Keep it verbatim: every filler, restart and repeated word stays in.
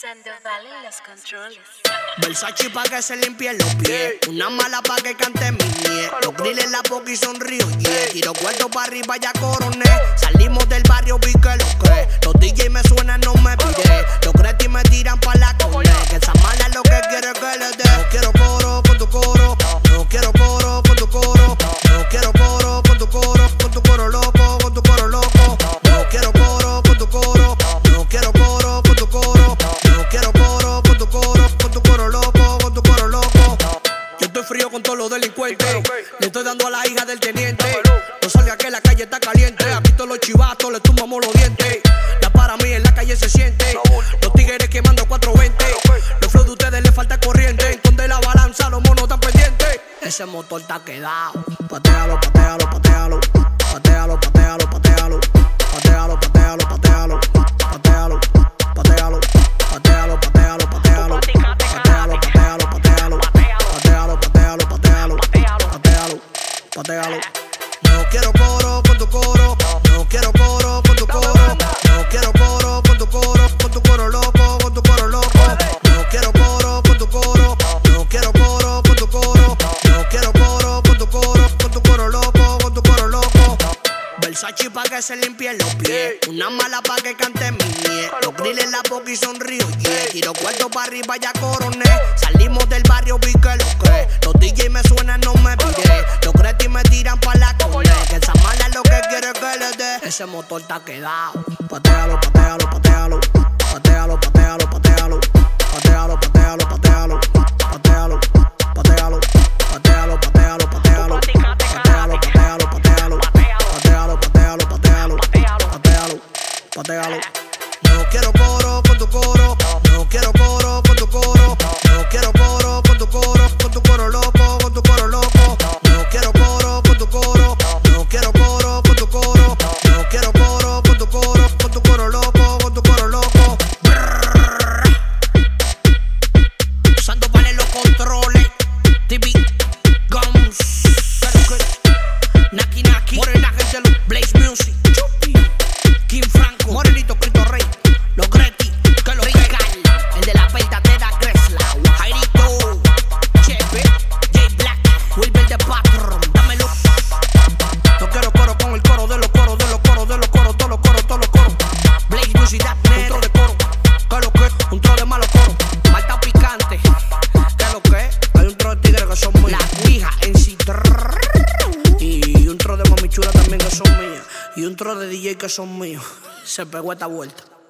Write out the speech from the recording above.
Sandoval en los controles. Versace pa' que se limpie los pies. Una mala pa' que cante mi nie. Los grilles en la boca y sonrío, yeah. Tiro cuarto pa' arriba, ya coroné. Salimos del barrio, vi que lo que. Los D J me suenan, no me pide. Los cretis me tiran pa' la cone. Que esa mala lo que quiere que le dé. No quiero coro con tu coro. No quiero coro con tu coro. No quiero coro con tu coro. Con tu coro loco, con tu coro loco. No quiero coro con tu coro. No quiero coro con tu coro. No quiero coro con tu coro. Con tu coro loco, con tu coro loco. Yo estoy frío con todos los delincuentes. Le estoy dando a la hija del teniente. No salga que la calle está caliente. Aquí todos los chivatos le tumbamos los dientes. La para mí en la calle se siente. Los tigres quemando cuatro veinte. Los flow de ustedes le falta corriente. Donde la balanza los monos están pendientes. Ese motor está quedado. Patealo, patealo, patealo. Patealo, patealo, patealo. Patealo, patealo, patealo. Patealo, patealo. Patealo, patealo, patealo. Patealo, patealo, patealo. Patealo, patealo, patealo. Patealo, patealo. No quiero coro con tu coro. No quiero coro con tu coro. No quiero coro con tu coro. Con tu coro loco, con tu coro loco. No quiero coro con tu coro. No quiero coro con tu coro. No quiero coro con tu coro. Con tu coro loco, con tu coro loco. Versace pa' que se limpie los pies. Una mala pa' que cante mi nie. Los grilles en la boca y sonrío, yeah. Tiro cuarto pa' arriba, ya coroné. Salimos del barrio, vi que lo que. Los D J me suenan, no me pide. Los cretis me tiran pa' la cone. Que esa mala lo que quiere que le dé. Ese motor está quedado. Patealo, patealo, patealo. Patealo, patealo, patealo. Patealo, patealo, patealo. Patealo, patealo. Patealo, patealo, patealo. Patealo, patealo, patealo. Patealo, patealo, patealo. Patealo, patealo. No quiero coro con tu coro. No quiero coro con tu coro. No quiero coro con tu coro. Con tu coro loco, con tu coro loco. No quiero coro con tu coro. No quiero coro con tu coro. No quiero coro con tu coro. Con tu coro loco, con tu coro loco. Sandoval en los controles. T V Guns. Naki Naki. Morena gente de los Blaze Music. Kim Franco. Morenito Cristo Rey. Los Greti. Que los Rical. El de la verdadera Gresla. Jairito. Chepe. J Black. Wilber de Patron. Dámelo. No quiero coro con el coro de los coros, de los coros, de los coros, todos los coros, todos los coros. Blaze Music, that un tro de coro. Que lo que, un tro de malo coro. Malta picante. Que lo que, hay un tro de tigres que son míos. La Ouija en sí. Y un tro de mamichura también que son mías. Y un tro de D J que son míos. Se pegó esta vuelta.